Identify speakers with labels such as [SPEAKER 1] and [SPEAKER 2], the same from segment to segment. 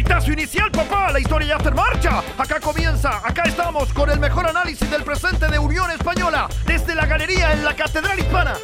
[SPEAKER 1] Pitazo inicial, papá, la historia ya está en marcha. Acá comienza, acá estamos con el mejor análisis del presente de Unión Española, desde la galería en la Catedral Hispana.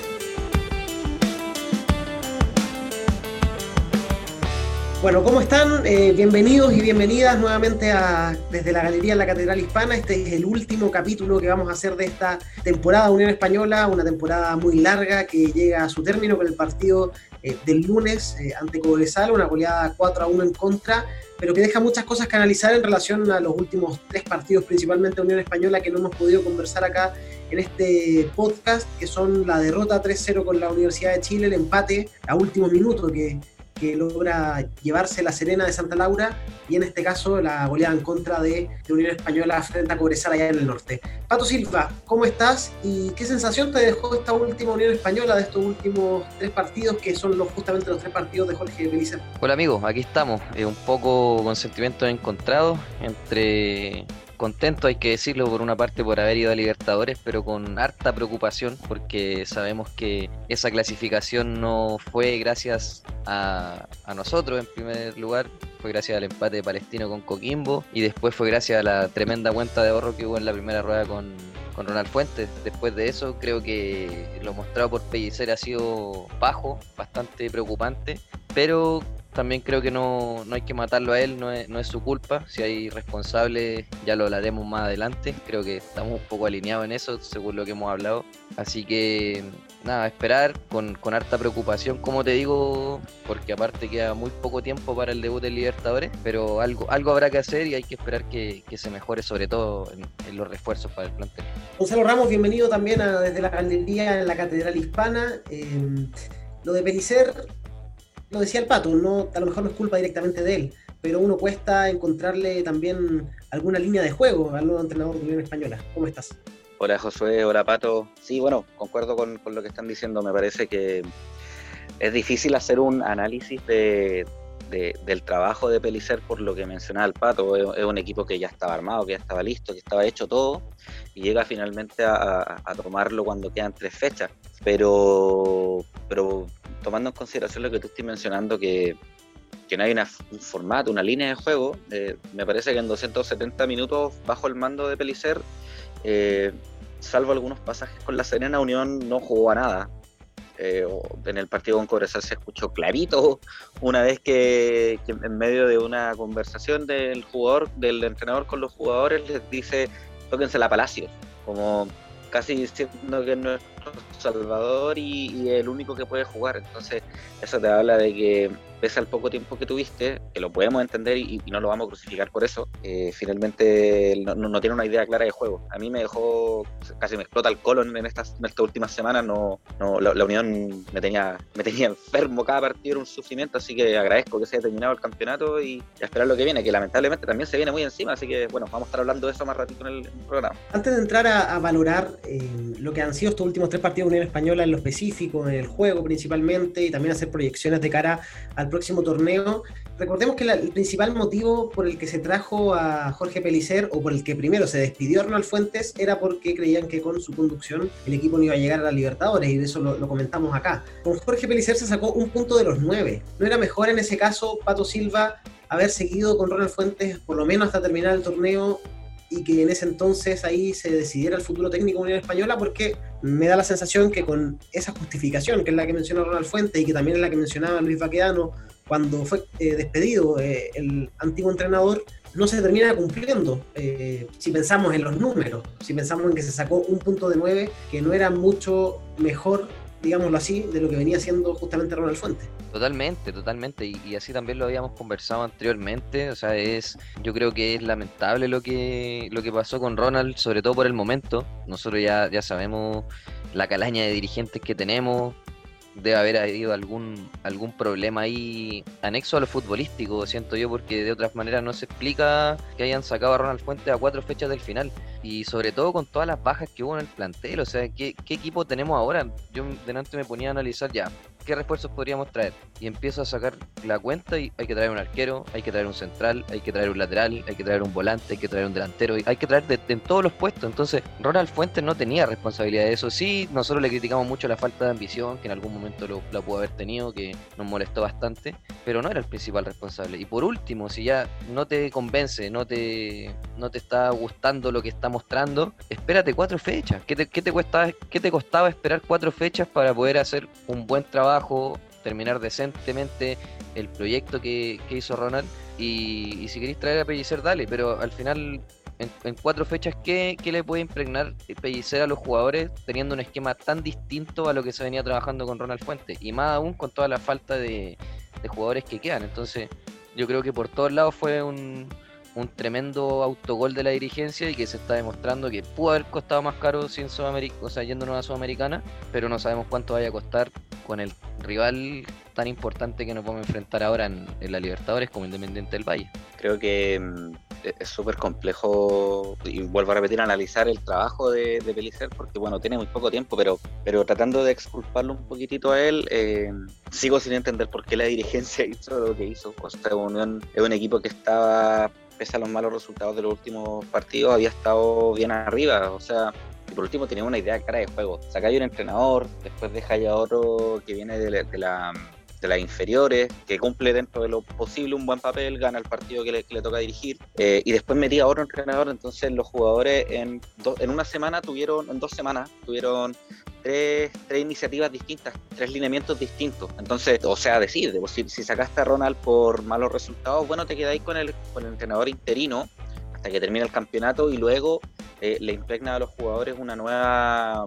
[SPEAKER 2] Bueno, ¿cómo están? Bienvenidos y bienvenidas nuevamente desde la Galería en la Catedral Hispana. Este es el último capítulo que vamos a hacer de esta temporada Unión Española, una temporada muy larga que llega a su término con el partido del lunes ante Cobresal, una goleada 4-1 en contra, pero que deja muchas cosas que analizar en relación a los últimos 3 partidos, principalmente Unión Española, que no hemos podido conversar acá en este podcast, que son la derrota 3-0 con la Universidad de Chile, el empate a último minuto que logra llevarse la Serena de Santa Laura, y en este caso la goleada en contra de Unión Española frente a Cobresal allá en el norte. Pato Silva, ¿cómo estás? ¿Y qué sensación te dejó esta última Unión Española de estos últimos 3 partidos, que son justamente los 3 partidos de Jorge Pellicer?
[SPEAKER 3] Hola amigos, aquí estamos, un poco con sentimientos encontrados, entre contento, hay que decirlo, por una parte por haber ido a Libertadores, pero con harta preocupación porque sabemos que esa clasificación no fue gracias a nosotros en primer lugar, fue gracias al empate de Palestino con Coquimbo y después fue gracias a la tremenda cuenta de ahorro que hubo en la primera rueda con Ronald Fuentes. Después de eso creo que lo mostrado por Pellicer ha sido bajo, bastante preocupante, pero también creo que no hay que matarlo a él, no es su culpa. Si hay responsables ya lo hablaremos más adelante. Creo que estamos un poco alineados en eso, según lo que hemos hablado. Así que nada, esperar con harta preocupación, como te digo, porque aparte queda muy poco tiempo para el debut en Libertadores, pero algo habrá que hacer y hay que esperar que se mejore, sobre todo en los refuerzos para el plantel.
[SPEAKER 2] Gonzalo Ramos, bienvenido también desde la Galería en la Catedral Hispana. Lo de Pellicer, lo decía el Pato, a lo mejor no es culpa directamente de él, pero uno cuesta encontrarle también alguna línea de juego al nuevo entrenador de Unión Española. ¿Cómo estás?
[SPEAKER 4] Hola Josué, hola Pato. Sí, bueno, concuerdo con lo que están diciendo. Me parece que es difícil hacer un análisis del trabajo de Pellicer por lo que mencionaba el Pato. Es un equipo que ya estaba armado, que ya estaba listo, que estaba hecho todo, y llega finalmente a tomarlo cuando quedan 3 fechas. Pero tomando en consideración lo que tú estás mencionando, que no hay un formato, una línea de juego, me parece que en 270 minutos bajo el mando de Pellicer, salvo algunos pasajes con la Serena, Unión no jugó a nada. En el partido con Cobresal se escuchó clarito una vez que en medio de una conversación del entrenador con los jugadores les dice: tóquense la Palacios, como casi diciendo que es nuestro salvador y el único que puede jugar. Entonces eso te habla de que pese al poco tiempo que tuviste, que lo podemos entender y no lo vamos a crucificar por eso, finalmente no tiene una idea clara de juego. A mí me dejó, casi me explota el colon en estas últimas semanas. La Unión me tenía enfermo, cada partido era un sufrimiento, así que agradezco que se haya terminado el campeonato y a esperar lo que viene, que lamentablemente también se viene muy encima, así que bueno, vamos a estar hablando de eso más ratito en el programa.
[SPEAKER 2] Antes de entrar a valorar lo que han sido estos últimos 3 partidos de Unión Española en lo específico, en el juego principalmente, y también hacer proyecciones de cara al próximo torneo, recordemos que el principal motivo por el que se trajo a Jorge Pellicer, o por el que primero se despidió a Ronald Fuentes, era porque creían que con su conducción el equipo no iba a llegar a la Libertadores, y de eso lo comentamos acá. Con Jorge Pellicer se sacó 1 punto de los 9. ¿No era mejor en ese caso, Pato Silva, haber seguido con Ronald Fuentes por lo menos hasta terminar el torneo y que en ese entonces ahí se decidiera el futuro técnico de Unión Española? Porque me da la sensación que con esa justificación, que es la que menciona Ronald Fuentes y que también es la que mencionaba Luis Baquedano cuando fue despedido el antiguo entrenador, no se termina cumpliendo. Si pensamos en los números, si pensamos en que se sacó 1 punto de 9, que no era mucho mejor, digámoslo así, de lo que venía haciendo justamente Ronald Fuentes.
[SPEAKER 3] Totalmente, y así también lo habíamos conversado anteriormente. O sea, yo creo que es lamentable lo que pasó con Ronald, sobre todo por el momento. Nosotros ya sabemos la calaña de dirigentes que tenemos. Debe haber habido algún problema ahí anexo a lo futbolístico, siento yo, porque de otras maneras no se explica que hayan sacado a Ronald Fuentes a 4 fechas del final, y sobre todo con todas las bajas que hubo en el plantel. O sea, ¿qué equipo tenemos ahora? Yo delante me ponía a analizar ya qué refuerzos podríamos traer, y empiezo a sacar la cuenta y hay que traer un arquero, hay que traer un central, hay que traer un lateral, hay que traer un volante, hay que traer un delantero, hay que traer en todos los puestos. Entonces Ronald Fuentes no tenía responsabilidad de eso. Sí, nosotros le criticamos mucho la falta de ambición, que en algún momento la pudo haber tenido, que nos molestó bastante, pero no era el principal responsable. Y por último, si ya no te convence, no te está gustando lo que está mostrando, espérate 4 fechas. ¿Qué te costaba esperar 4 fechas para poder hacer un buen trabajo, terminar decentemente el proyecto que hizo Ronald? Y si queréis traer a Pellicer, dale, pero al final en 4 fechas, ¿qué le puede impregnar Pellicer a los jugadores teniendo un esquema tan distinto a lo que se venía trabajando con Ronald Fuentes? Y más aún con toda la falta de jugadores que quedan. Entonces yo creo que por todos lados fue un tremendo autogol de la dirigencia, y que se está demostrando que pudo haber costado más caro sin Sudamérica, o sea, yéndonos a Sudamericana, pero no sabemos cuánto vaya a costar con el rival tan importante que nos vamos a enfrentar ahora en la Libertadores como Independiente del Valle.
[SPEAKER 4] Creo que es súper complejo, y vuelvo a repetir, analizar el trabajo de Pellicer, porque bueno, tiene muy poco tiempo, pero tratando de exculparlo un poquitito a él, sigo sin entender por qué la dirigencia hizo lo que hizo. O sea, Unión es un equipo que estaba, pese a los malos resultados de los últimos partidos, había estado bien arriba, o sea, y por último tenía una idea clara de juego. Sacáis un entrenador, después dejáis a otro que viene de las inferiores, que cumple dentro de lo posible un buen papel, gana el partido que le toca dirigir, y después metí a otro entrenador. Entonces los jugadores en 2 semanas tuvieron tres iniciativas distintas, 3 lineamientos distintos. Entonces, o sea, si sacaste a Ronald por malos resultados, bueno, te quedáis con el entrenador interino hasta que termine el campeonato, y luego le impregna a los jugadores una nueva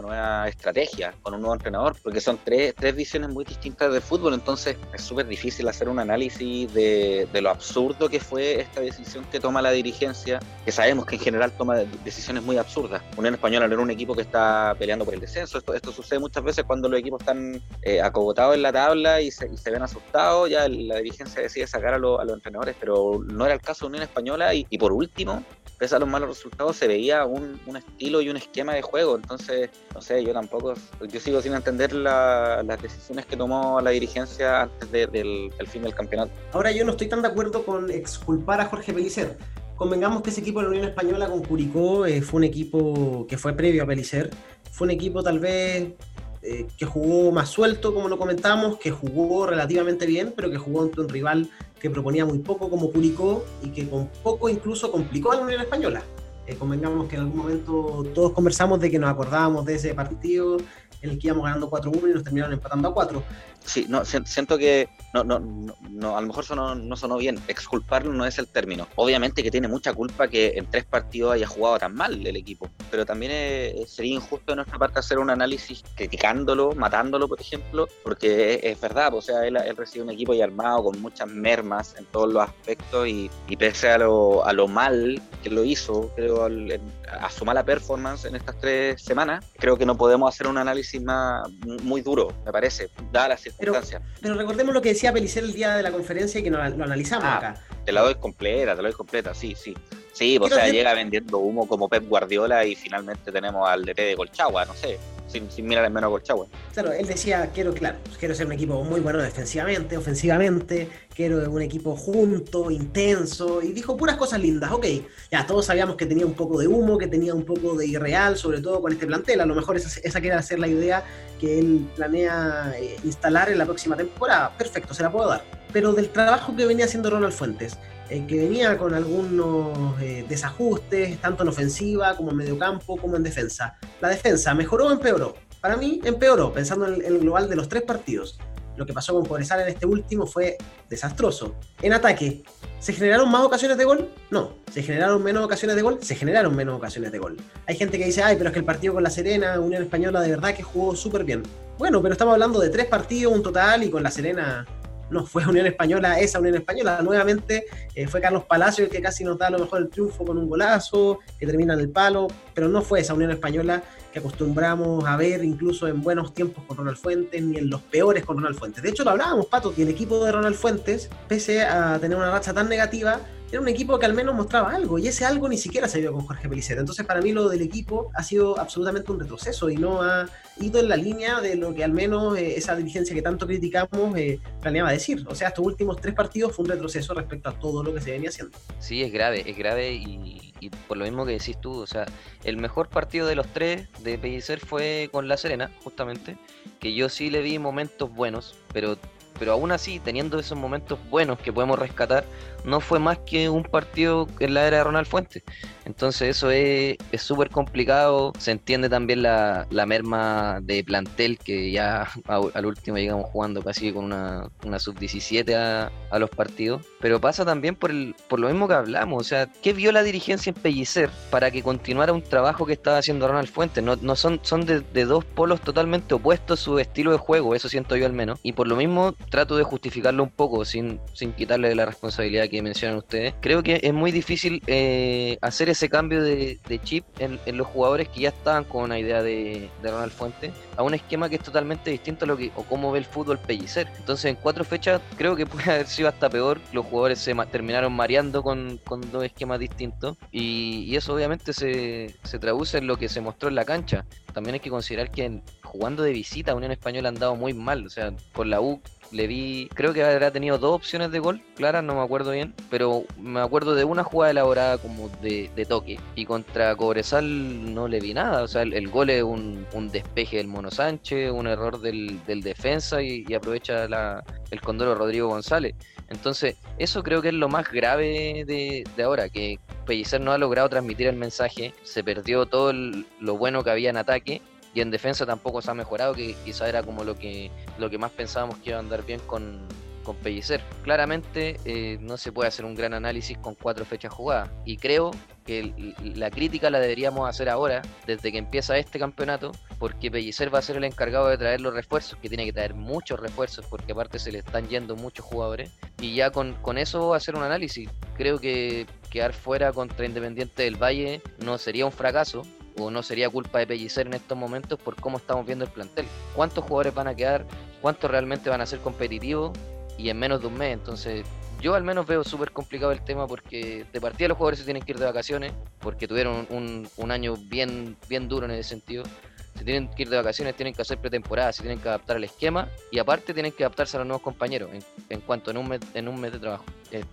[SPEAKER 4] estrategia con un nuevo entrenador, porque son tres visiones muy distintas del fútbol. Entonces es súper difícil hacer un análisis de lo absurdo que fue esta decisión que toma la dirigencia, que sabemos que en general toma decisiones muy absurdas. Unión Española no era un equipo que está peleando por el descenso. Esto sucede muchas veces cuando los equipos están acogotados en la tabla y se ven asustados, ya la dirigencia decide sacar a los entrenadores, pero no era el caso de Unión Española, y por último, pese a los malos resultados, se veía un estilo y un esquema de juego. Entonces, no sé, yo sigo sin entender las decisiones que tomó la dirigencia antes del fin del campeonato.
[SPEAKER 2] Ahora, yo no estoy tan de acuerdo con exculpar a Jorge Pellicer. Convengamos que ese equipo de la Unión Española con Curicó fue un equipo que fue previo a Pellicer. Fue un equipo tal vez que jugó más suelto, como lo comentamos, que jugó relativamente bien, pero que jugó ante un rival que proponía muy poco como Curicó, y que con poco incluso complicó a la Unión Española. Convengamos que en algún momento todos conversamos de que nos acordábamos de ese partido en el que íbamos ganando 4-1 y nos terminaron empatando a 4.
[SPEAKER 4] Sí, no, siento que no, a lo mejor no sonó bien. Exculparlo no es el término. Obviamente que tiene mucha culpa que en 3 partidos haya jugado tan mal el equipo, pero también sería injusto de nuestra parte hacer un análisis criticándolo, matándolo, por ejemplo, porque es verdad, o sea, él recibe un equipo ya armado con muchas mermas en todos los aspectos, y pese a lo mal que lo hizo, creo, a su mala performance en estas 3 semanas, creo que no podemos hacer un análisis muy duro, me parece, dadas las circunstancias.
[SPEAKER 2] Pero recordemos lo que decía Pellicer el día de la conferencia, y que lo analizamos acá.
[SPEAKER 4] Te la doy completa, sí. Sí, o sea, llega vendiendo humo como Pep Guardiola, y finalmente tenemos al DT de Colchagua, no sé, sin mirar en menos a Colchagua.
[SPEAKER 2] Claro, él decía, quiero ser un equipo muy bueno defensivamente, ofensivamente, quiero un equipo junto, intenso, y dijo puras cosas lindas. Ok, ya todos sabíamos que tenía un poco de humo, que tenía un poco de irreal, sobre todo con este plantel. A lo mejor esa quiere ser la idea que él planea instalar en la próxima temporada. Perfecto, se la puedo dar. Pero del trabajo que venía haciendo Ronald Fuentes, que venía con algunos desajustes, tanto en ofensiva como en mediocampo, como en defensa. ¿La defensa mejoró o empeoró? Para mí empeoró, pensando en el global de los 3 partidos. Lo que pasó con Cobresal en este último fue desastroso. En ataque, ¿se generaron más ocasiones de gol? No. ¿Se generaron menos ocasiones de gol? Se generaron menos ocasiones de gol. Hay gente que dice, pero es que el partido con La Serena, Unión Española, de verdad que jugó súper bien. Bueno, pero estamos hablando de 3 partidos, un total, y con La Serena no fue Unión Española, esa Unión Española. Nuevamente fue Carlos Palacio el que casi nos da a lo mejor el triunfo con un golazo, que termina en el palo, pero no fue esa Unión Española que acostumbramos a ver incluso en buenos tiempos con Ronald Fuentes, ni en los peores con Ronald Fuentes. De hecho, lo hablábamos, Pato, que el equipo de Ronald Fuentes, pese a tener una racha tan negativa, era un equipo que al menos mostraba algo, y ese algo ni siquiera se vio con Jorge Pellicer. Entonces, para mí lo del equipo ha sido absolutamente un retroceso, y no ha ido en la línea de lo que al menos esa dirigencia que tanto criticamos planeaba decir. O sea, estos últimos 3 partidos fue un retroceso respecto a todo lo que se venía haciendo.
[SPEAKER 3] Sí, es grave, y por lo mismo que decís tú, o sea, el mejor partido de los 3 de Pellicer fue con La Serena, justamente, que yo sí le vi momentos buenos, pero pero aún así, teniendo esos momentos buenos que podemos rescatar, no fue más que un partido en la era de Ronald Fuentes. Entonces eso es súper complicado. Se entiende también la merma de plantel, que ya al último llegamos jugando casi con una sub-17 a los partidos, pero pasa también por lo mismo que hablamos. O sea, ¿qué vio la dirigencia en Pellicer para que continuara un trabajo que estaba haciendo Ronald Fuentes? No son de dos polos totalmente opuestos su estilo de juego, eso siento yo al menos, y por lo mismo trato de justificarlo un poco sin quitarle la responsabilidad que mencionan ustedes. Creo que es muy difícil hacer ese cambio de chip en los jugadores que ya estaban con una idea de Ronald Fuentes a un esquema que es totalmente distinto a lo que o cómo ve el fútbol Pellicer. Entonces en 4 fechas creo que puede haber sido hasta peor. Los jugadores se terminaron mareando con dos esquemas distintos, y eso obviamente se traduce en lo que se mostró en la cancha. También hay que considerar que jugando de visita Unión Española han dado muy mal. O sea, con la U le vi, creo que habrá tenido 2 opciones de gol claras, no me acuerdo bien, pero me acuerdo de una jugada elaborada como de toque, y contra Cobresal no le vi nada. O sea, el gol es un despeje del Mono Sánchez, un error del defensa, y aprovecha el condoro Rodrigo González. Entonces, eso creo que es lo más grave de ahora, que Pellicer no ha logrado transmitir el mensaje, se perdió todo lo bueno que había en ataque, y en defensa tampoco se ha mejorado, que quizá era como lo que más pensábamos que iba a andar bien con Pellicer. Claramente no se puede hacer un gran análisis con 4 fechas jugadas, y creo que la crítica la deberíamos hacer ahora, desde que empieza este campeonato, porque Pellicer va a ser el encargado de traer los refuerzos, que tiene que traer muchos refuerzos, porque aparte se le están yendo muchos jugadores, y ya con eso hacer un análisis. Creo que quedar fuera contra Independiente del Valle no sería un fracaso, o no sería culpa de Pellicer en estos momentos, por cómo estamos viendo el plantel. ¿Cuántos jugadores van a quedar? ¿Cuántos realmente van a ser competitivos? Y en menos de un mes. Entonces yo al menos veo súper complicado el tema, porque de partida los jugadores se tienen que ir de vacaciones, porque tuvieron un año bien duro en ese sentido. Se tienen que ir de vacaciones, tienen que hacer pretemporada, se tienen que adaptar al esquema, y aparte tienen que adaptarse a los nuevos compañeros en cuanto en un mes de trabajo.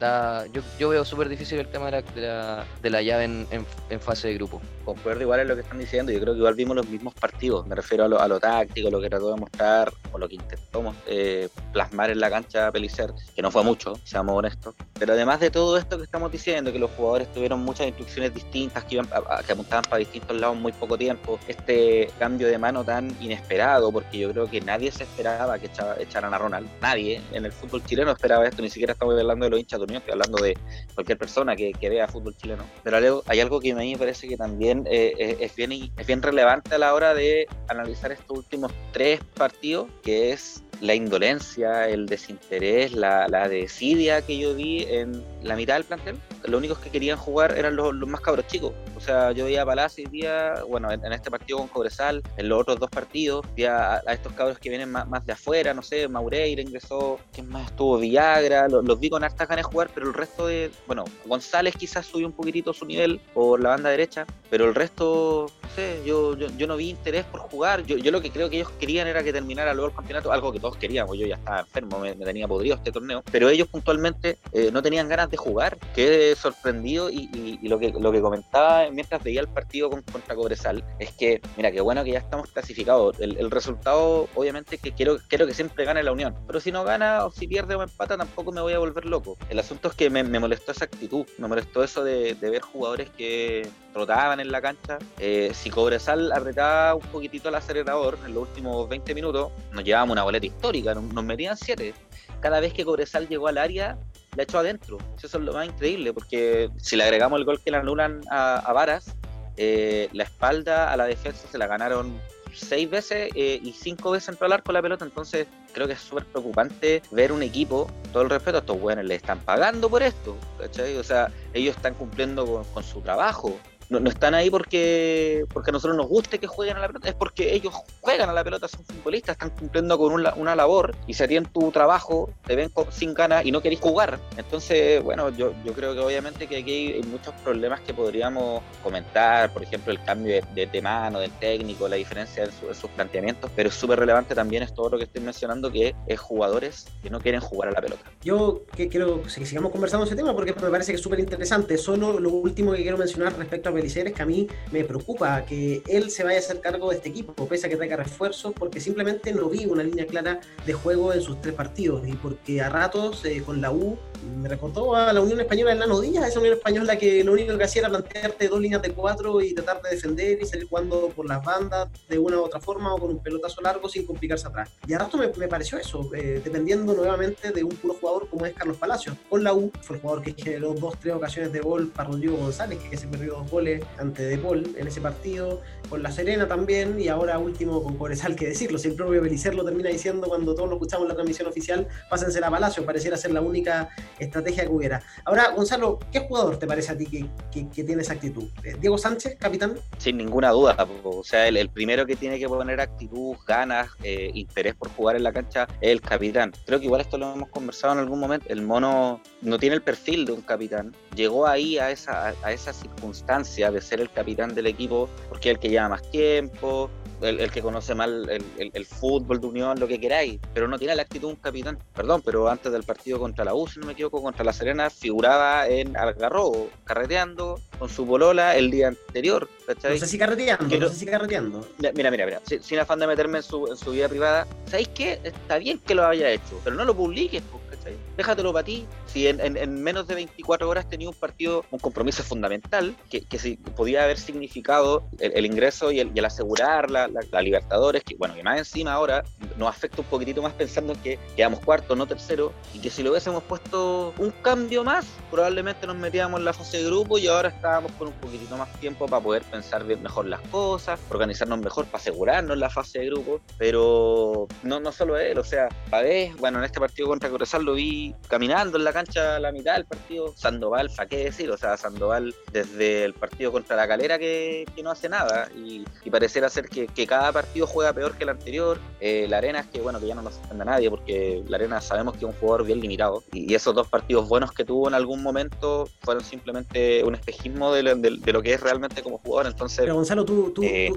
[SPEAKER 3] Yo veo súper difícil el tema de la llave en fase de grupo.
[SPEAKER 4] Concuerdo igual en lo que están diciendo. Yo creo que igual vimos los mismos partidos. Me refiero a lo táctico, lo que trató de mostrar, o lo que intentó plasmar en la cancha Pellicer, que no fue mucho, seamos honestos. Pero además de todo esto que estamos diciendo, que los jugadores tuvieron muchas instrucciones distintas, que apuntaban para distintos lados en muy poco tiempo, este cambio de mano tan inesperado, porque yo creo que nadie se esperaba que echaran a Ronald. Nadie en el fútbol chileno esperaba esto. Ni siquiera estamos hablando de los hinchas de Unión, estoy hablando de cualquier persona que vea fútbol chileno. Pero hay algo que a mí me parece que también es bien relevante a la hora de analizar estos últimos 3 partidos, que es la indolencia, el desinterés, la desidia que yo vi en la mitad del plantel. Los únicos que querían jugar eran los más cabros chicos. O sea, yo veía a Palacio hoy día, bueno, en este partido con Cobresal, en los otros 2 partidos, veía a estos cabros que vienen más de afuera, no sé, Maureira ingresó, ¿quién más estuvo? Villagra, los vi con hartas ganas de jugar, pero el resto bueno, González quizás subió un poquitito su nivel por la banda derecha, pero el resto, no sé, yo no vi interés por jugar. Yo lo que creo que ellos querían era que terminara luego el campeonato, algo que todos queríamos. Yo ya estaba enfermo, me tenía podrido este torneo, pero ellos puntualmente no tenían ganas de jugar. Quedé sorprendido, y lo que comentaba mientras veía el partido contra Cobresal es que, mira, qué bueno que ya estamos clasificados. El resultado, obviamente, que quiero que siempre gane la Unión, pero si no gana, o si pierde o empata, tampoco me voy a volver loco. El asunto es que me molestó esa actitud, me molestó eso de ver jugadores que trotaban en la cancha. Si Cobresal apretaba un poquitito el acelerador en los últimos 20 minutos, nos llevábamos una boleta histórica, nos metían 7. Cada vez que Cobresal llegó al área, la echó adentro. Eso es lo más increíble, porque si le agregamos el gol que le anulan a Varas, la espalda a la defensa se la ganaron 6 veces, y 5 veces entró al arco la pelota. Entonces creo que es súper preocupante ver un equipo, todo el respeto, a estos buenos les están pagando por esto, ¿cachai? O sea, ellos están cumpliendo con su trabajo. No están ahí porque a nosotros nos guste que jueguen a la pelota, es porque ellos juegan a la pelota, son futbolistas, están cumpliendo con una labor, y si a ti en tu trabajo te ven sin ganas y no querés jugar. Entonces, bueno, yo creo que obviamente que aquí hay muchos problemas que podríamos comentar, por ejemplo, el cambio de mano del técnico, la diferencia en sus planteamientos, pero es súper relevante también es todo lo que estoy mencionando, que es jugadores que no quieren jugar a la pelota.
[SPEAKER 2] Yo quiero que sigamos conversando ese tema, porque me parece que es súper interesante. Solo lo último que quiero mencionar respecto a Pellicer es que a mí me preocupa que él se vaya a hacer cargo de este equipo, pese a que traiga refuerzos, porque simplemente no vi una línea clara de juego en sus 3 partidos, y porque a ratos con la U me recordó a la Unión Española del Nano Díaz, esa Unión Española que lo único que hacía era plantearte 2 líneas de 4 y tratar de defender y salir jugando por las bandas de una u otra forma o con un pelotazo largo sin complicarse atrás. Y a ratos me pareció eso, dependiendo nuevamente de un puro jugador como es Carlos Palacios. Con la U fue el jugador que generó 2-3 ocasiones de gol para Rodrigo González, que se perdió 2 goles ante De Paul en ese partido, con La Serena también, y ahora último con Cobresal, que decirlo, si el propio Pellicer lo termina diciendo cuando todos lo escuchamos en la transmisión oficial, pásensela a Palacios, pareciera ser la única estrategia que hubiera. Ahora, Gonzalo, ¿qué jugador te parece a ti que tiene esa actitud? ¿Diego Sánchez, capitán?
[SPEAKER 4] Sin ninguna duda, o sea, el primero que tiene que poner actitud, ganas, interés por jugar en la cancha es el capitán. Creo que igual esto lo hemos conversado en algún momento, el mono no tiene el perfil de un capitán, llegó ahí a esa circunstancia de ser el capitán del equipo porque es el que lleva más tiempo, el que conoce más el fútbol de Unión, lo que queráis, pero no tiene la actitud de un capitán. Perdón, pero antes del partido contra la U, si no me equivoco, contra La Serena, figuraba en Algarrobo, carreteando con su polola el día anterior, ¿cachai?
[SPEAKER 2] No sé si carreteando.
[SPEAKER 4] Mira, sin afán de meterme en su vida privada, ¿sabéis qué? Está bien que lo haya hecho, pero no lo publiques, ¿cachai? Déjatelo para ti. Si en menos de 24 horas tenía un partido, un compromiso fundamental, que sí, podía haber significado el ingreso y el asegurar la Libertadores, que bueno, que más encima ahora nos afecta un poquitito más pensando en que quedamos cuarto, no tercero, y que si lo hubiésemos puesto un cambio más, probablemente nos metíamos en la fase de grupo y ahora estábamos con un poquitito más tiempo para poder pensar bien mejor las cosas, organizarnos mejor para asegurarnos la fase de grupo, pero no solo él, o sea, Pavés, bueno, en este partido contra Cobresal lo vi caminando en la cancha a la mitad del partido. Sandoval, ¿para qué decir? O sea, Sandoval desde el partido contra La Calera que no hace nada y pareciera ser que cada partido juega peor que el anterior. La Arenas, que bueno, que ya no nos sorprende a nadie porque la Arenas sabemos que es un jugador bien limitado y esos 2 partidos buenos que tuvo en algún momento fueron simplemente un espejismo de lo que es realmente como jugador. Entonces,
[SPEAKER 2] pero Gonzalo, tú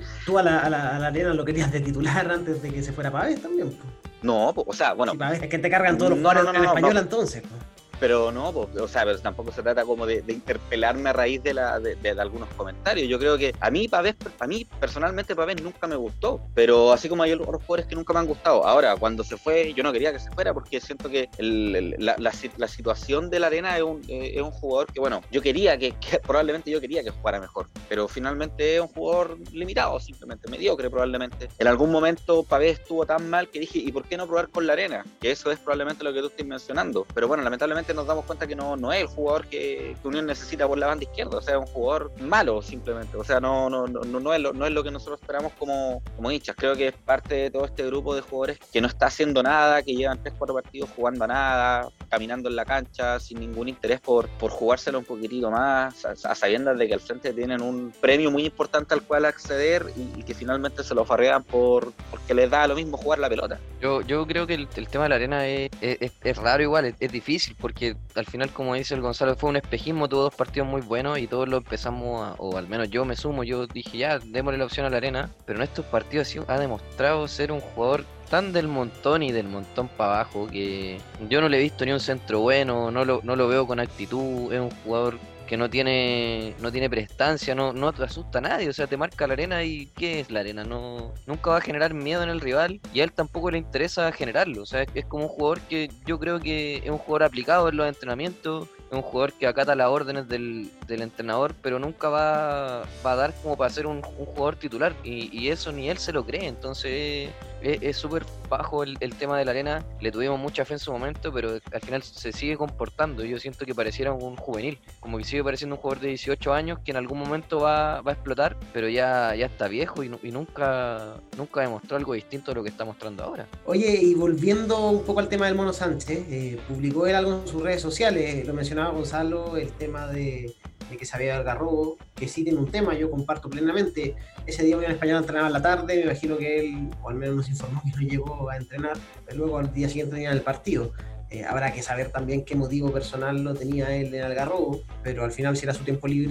[SPEAKER 2] a la Arenas lo querías de titular antes de que se fuera Pavés también, pues.
[SPEAKER 4] No, o sea, bueno.
[SPEAKER 2] Sí, Pavés, es que te cargan todos los jugadores en español, entonces, pues.
[SPEAKER 4] Pero no, o sea, pero tampoco se trata como de interpelarme a raíz de algunos comentarios. Yo creo que a mí personalmente Pavés nunca me gustó, pero así como hay otros jugadores que nunca me han gustado. Ahora, cuando se fue, yo no quería que se fuera porque siento que la situación de la Arena es un jugador que, bueno, yo quería que probablemente yo quería que jugara mejor, pero finalmente es un jugador limitado, simplemente mediocre probablemente. En algún momento Pavés estuvo tan mal que dije, ¿y por qué no probar con la Arena? Que eso es probablemente lo que tú estás mencionando, pero bueno, lamentablemente nos damos cuenta que no es el jugador que Unión necesita por la banda izquierda, o sea, es un jugador malo simplemente, o sea, no es lo que nosotros esperamos como hinchas. Creo que es parte de todo este grupo de jugadores que no está haciendo nada, que llevan 3-4 partidos jugando a nada, caminando en la cancha sin ningún interés por jugárselo un poquitito más, a sabiendas de que al frente tienen un premio muy importante al cual acceder y que finalmente se lo farrean porque les da lo mismo jugar la pelota.
[SPEAKER 3] Yo creo que el tema de la Arena es raro igual, es difícil porque al final, como dice el Gonzalo, fue un espejismo, tuvo 2 partidos muy buenos y todos lo empezamos, o al menos yo me sumo, yo dije ya, démosle la opción a la Arena, pero en estos partidos sí ha demostrado ser un jugador tan del montón y del montón para abajo que yo no le he visto ni un centro bueno, no lo veo con actitud, es un jugador que no tiene prestancia, no te asusta a nadie, o sea, te marca la Arena y ¿qué es la Arena? Nunca va a generar miedo en el rival y a él tampoco le interesa generarlo, o sea, es como un jugador que yo creo que es un jugador aplicado en los entrenamientos, es un jugador que acata las órdenes del entrenador, pero nunca va a dar como para ser un jugador titular y eso ni él se lo cree, entonces es súper bajo el tema de la Arena, le tuvimos mucha fe en su momento, pero al final se sigue comportando, yo siento que pareciera un juvenil, como que sigue pareciendo un jugador de 18 años que en algún momento va a explotar, pero ya está viejo y nunca demostró algo distinto a lo que está mostrando ahora.
[SPEAKER 2] Oye, y volviendo un poco al tema del Mono Sánchez, publicó él algo en sus redes sociales, lo mencionaba Gonzalo, el tema de que se había Algarrobo, que sí tiene un tema, yo comparto plenamente. Ese día Unión Española entrenaba en la tarde, me imagino que él, o al menos nos informó que no llegó a entrenar, pero luego al día siguiente tenía el partido. Habrá que saber también qué motivo personal lo tenía él en Algarrobo, pero al final si era su tiempo libre,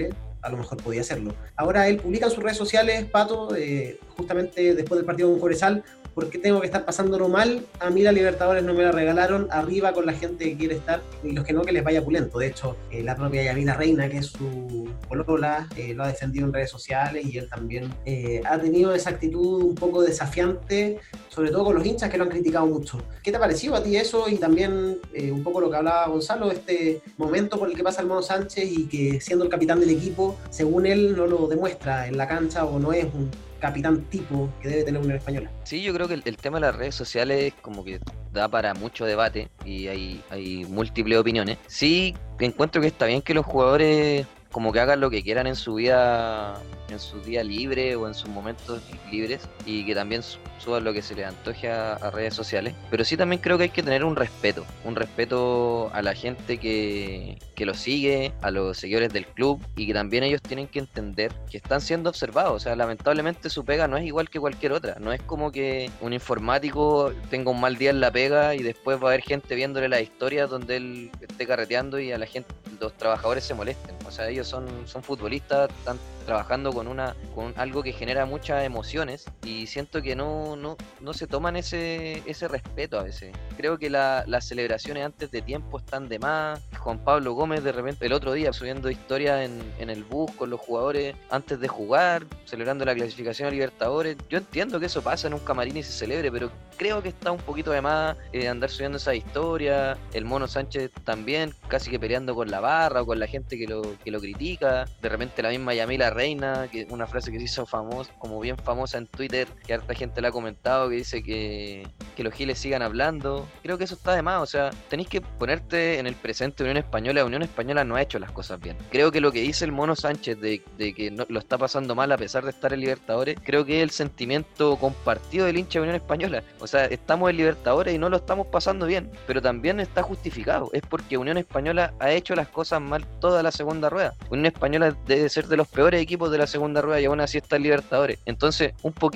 [SPEAKER 2] a lo mejor podía hacerlo. Ahora él publica en sus redes sociales, Pato, justamente después del partido con Cobresal: ¿por qué tengo que estar pasándolo mal? A mí la Libertadores no me la regalaron, arriba con la gente que quiere estar, y los que no, que les vaya pulento. De hecho, la propia Yamila Reina, que es su polola, lo ha defendido en redes sociales, y él también ha tenido esa actitud un poco desafiante, sobre todo con los hinchas que lo han criticado mucho. ¿Qué te ha parecido a ti eso? Y también un poco lo que hablaba Gonzalo, este momento por el que pasa el Mono Sánchez, y que siendo el capitán del equipo, según él, no lo demuestra en la cancha, o no es un capitán tipo que debe tener Unión Española.
[SPEAKER 3] Sí, yo creo que el tema de las redes sociales como que da para mucho debate y hay múltiples opiniones. Sí, encuentro que está bien que los jugadores como que hagan lo que quieran en su vida, en su día libre o en sus momentos libres, y que también suban lo que se les antoje a redes sociales, pero sí también creo que hay que tener un respeto a la gente que lo sigue, a los seguidores del club, y que también ellos tienen que entender que están siendo observados. O sea, lamentablemente su pega no es igual que cualquier otra, no es como que un informático tenga un mal día en la pega y después va a haber gente viéndole las historias donde él esté carreteando y a la gente, los trabajadores se molesten. O sea, ellos son futbolistas, están trabajando con algo que genera muchas emociones, y siento que no se toman ese respeto a veces. Creo que las celebraciones antes de tiempo están de más. Juan Pablo Gómez de repente el otro día subiendo historias en el bus con los jugadores antes de jugar, celebrando la clasificación a Libertadores. Yo entiendo que eso pasa en un camarín y se celebre, pero creo que está un poquito de más andar subiendo esa historia. El Mono Sánchez también casi que peleando con la barra o con la gente que lo critica. De repente la misma Yamila Reina, que una frase que se hizo como bien famosa en Twitter, que harta gente la ha comentado, que dice que los giles sigan hablando. Creo que eso está de más. O sea, tenéis que ponerte en el presente de Unión Española. Unión Española no ha hecho las cosas bien. Creo que lo que dice el Mono Sánchez de que no, lo está pasando mal a pesar de estar en Libertadores, creo que es el sentimiento compartido del hincha de Unión Española. O sea, estamos en Libertadores y no lo estamos pasando bien, pero también está justificado. Es porque Unión Española ha hecho las cosas mal toda la segunda rueda. Unión Española debe ser de los peores equipos de la segunda rueda y aún así está en Libertadores. Entonces,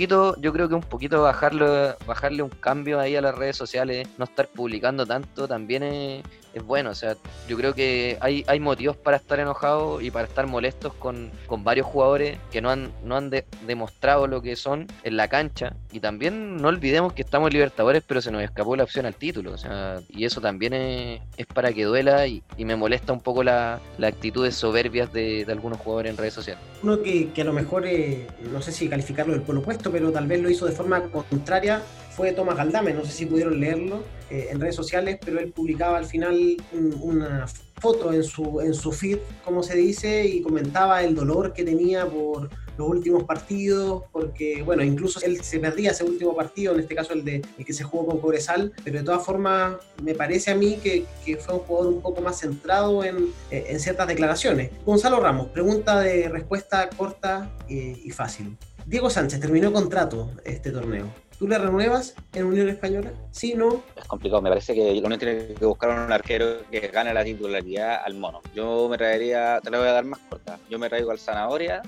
[SPEAKER 3] yo creo que un poquito bajarle un cambio ahí a las redes sociales, no estar publicando tanto, también es bueno. O sea, yo creo que hay motivos para estar enojados y para estar molestos con varios jugadores que no han demostrado lo que son en la cancha, y también no olvidemos que estamos en Libertadores, pero se nos escapó la opción al título. O sea, y eso también es para que duela, y me molesta un poco la actitudes soberbias de algunos jugadores en redes sociales.
[SPEAKER 2] Uno que a lo mejor, no sé si calificarlo del polo opuesto, pero tal vez lo hizo de forma contraria, fue Tomás Galdame. No sé si pudieron leerlo en redes sociales, pero él publicaba al final una foto en su feed, como se dice, y comentaba el dolor que tenía por los últimos partidos, porque, bueno, incluso él se perdía ese último partido, en este caso el que se jugó con Cobresal, pero de todas formas me parece a mí que fue un jugador un poco más centrado en ciertas declaraciones. Gonzalo Ramos, pregunta de respuesta corta y fácil. Diego Sánchez terminó contrato este torneo. ¿Tú le renuevas en Unión Española? ¿Sí, no?
[SPEAKER 4] Es complicado. Me parece que la Unión tiene que buscar un arquero que gane la titularidad al Mono. Yo me traería, te la voy a dar más corta, yo me traigo al Zanahoria,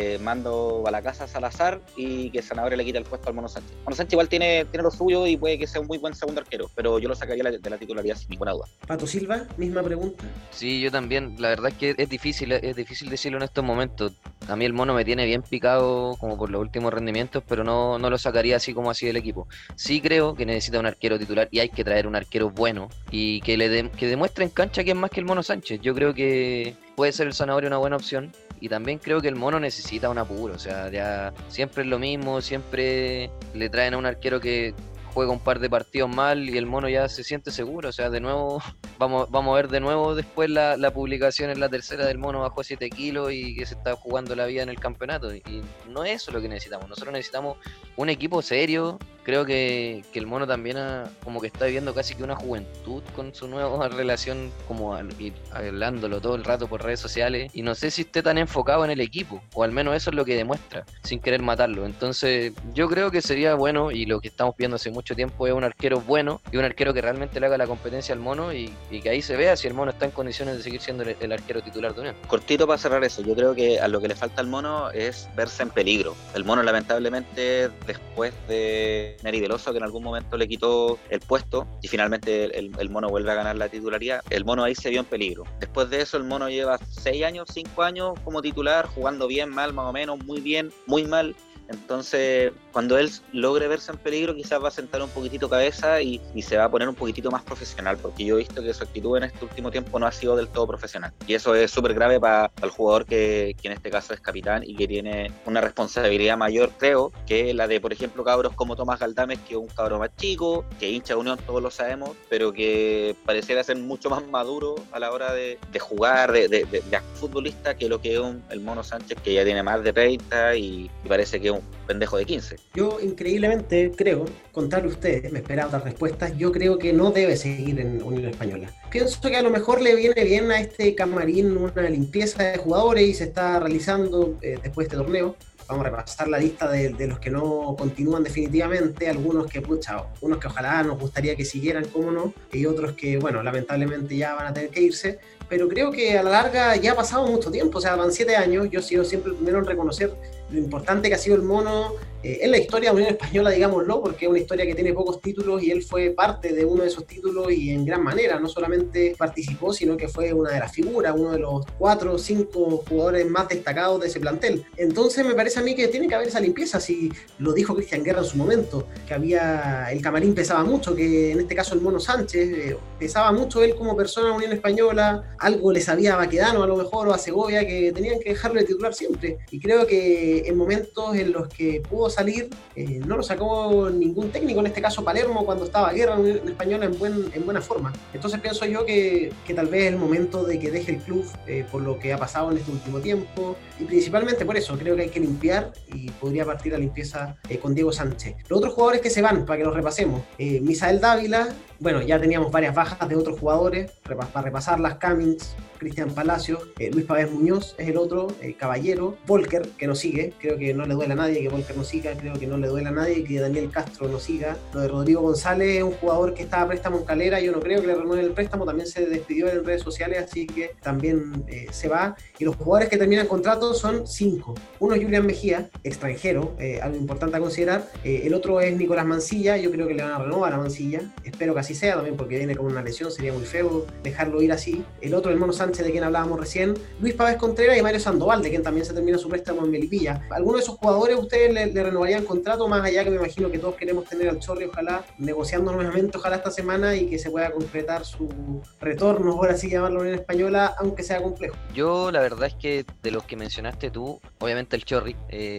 [SPEAKER 4] mando a la casa a Salazar, y que Zanahoria le quita el puesto al Mono Sánchez. Mono Sánchez igual tiene lo suyo y puede que sea un muy buen segundo arquero, pero yo lo sacaría de la titularidad sin ninguna duda.
[SPEAKER 2] Pato Silva, misma pregunta.
[SPEAKER 3] Sí, yo también. La verdad es que es difícil decirlo en estos momentos. A mí el Mono me tiene bien picado como por los últimos rendimientos, pero no lo sacaría así como así del equipo. Sí creo que necesita un arquero titular, y hay que traer un arquero bueno y que demuestre en cancha que es más que el Mono Sánchez. Yo creo que puede ser el Zanahoria una buena opción, y también creo que el Mono necesita un apuro. O sea, ya siempre es lo mismo, siempre le traen a un arquero que juega un par de partidos mal y el Mono ya se siente seguro. O sea, de nuevo vamos a ver de nuevo después la publicación en la tercera del Mono bajó 7 kilos y que se está jugando la vida en el campeonato, y no es eso lo que necesitamos. Nosotros necesitamos un equipo serio. Creo que el Mono también como que está viviendo casi que una juventud con su nueva relación, como hablándolo todo el rato por redes sociales, y no sé si esté tan enfocado en el equipo, o al menos eso es lo que demuestra, sin querer matarlo. Entonces yo creo que sería bueno, y lo que estamos viendo hace mucho tiempo es un arquero bueno, y un arquero que realmente le haga la competencia al Mono, y que ahí se vea si el Mono está en condiciones de seguir siendo el arquero titular de Unión.
[SPEAKER 4] Cortito para cerrar eso, yo creo que a lo que le falta al Mono es verse en peligro. El Mono lamentablemente después de Neri Veloso, que en algún momento le quitó el puesto y finalmente el Mono vuelve a ganar la titularidad. El Mono ahí se vio en peligro. Después de eso el Mono lleva 6 años, 5 años como titular, jugando bien, mal, más o menos, muy bien, muy mal. Entonces, cuando él logre verse en peligro, quizás va a sentar un poquitito cabeza y se va a poner un poquitito más profesional, porque yo he visto que su actitud en este último tiempo no ha sido del todo profesional. Y eso es súper grave para el jugador que en este caso es capitán y que tiene una responsabilidad mayor, creo, que la de, por ejemplo, cabros como Tomás Galdames, que es un cabro más chico, que hincha de Unión, todos lo sabemos, pero que pareciera ser mucho más maduro a la hora de jugar, de futbolista, que lo que es el Mono Sánchez, que ya tiene más de 30 y parece que es un pendejo de 15.
[SPEAKER 2] Yo increíblemente creo, contrario a ustedes, me esperaba otras respuestas, yo creo que no debe seguir en Unión Española. Pienso que a lo mejor le viene bien a este camarín una limpieza de jugadores y se está realizando después de este torneo. Vamos a repasar la lista de los que no continúan definitivamente, algunos que, unos que ojalá nos gustaría que siguieran, cómo no, y otros que, bueno, lamentablemente ya van a tener que irse, pero creo que a la larga ya ha pasado mucho tiempo, o sea, van 7 años, yo he sido siempre el primero en reconocer lo importante que ha sido el Mono en la historia de Unión Española, digámoslo, porque es una historia que tiene pocos títulos y él fue parte de uno de esos títulos y en gran manera, no solamente participó, sino que fue una de las figuras, uno de los 4 o 5 jugadores más destacados de ese plantel. Entonces me parece a mí que tiene que haber esa limpieza, si lo dijo Cristian Guerra en su momento, que el camarín pesaba mucho, que en este caso el Mono Sánchez pesaba mucho él como persona en Unión Española, algo le sabía a Baquedano a lo mejor o a Segovia, que tenían que dejarlo de titular siempre, y creo que en momentos en los que pudo salir no lo sacó ningún técnico, en este caso Palermo, cuando estaba Guerra en Unión Española en buena forma. Entonces pienso yo que tal vez es el momento de que deje el club por lo que ha pasado en este último tiempo, y principalmente por eso creo que hay que limpiar, y podría partir la limpieza con Diego Sánchez. Los otros jugadores que se van, para que los repasemos: Misael Dávila, bueno, ya teníamos varias bajas de otros jugadores, para repasarlas: Cummings, Cristian Palacios, Luis Pavés Muñoz es el otro, Caballero, Volker, que no sigue, creo que no le duele a nadie que Volker no siga, creo que no le duele a nadie que Daniel Castro no siga. Lo de Rodrigo González es un jugador que estaba a préstamo en Calera, yo no creo que le renueve el préstamo, también se despidió en redes sociales, así que también se va. Y los jugadores que terminan contrato son 5. Uno es Julián Mejía, extranjero, algo importante a considerar. El otro es Nicolás Mancilla, yo creo que le van a renovar a Mancilla, espero que así sea también, porque viene con una lesión, sería muy feo dejarlo ir así. El otro, el Mono Sánchez, de quien hablábamos recién, Luis Pavés Contreras y Mario Sandoval, de quien también se termina su préstamo en Melipilla. ¿Alguno de esos jugadores ustedes le renovarían contrato, más allá que me imagino que todos queremos tener al Chorri, ojalá, negociando nuevamente, ojalá esta semana, y que se pueda concretar su retorno, ahora sí llamarlo en española, aunque sea complejo?
[SPEAKER 3] Yo la verdad es que de los que mencionaste tú, obviamente el Chorri,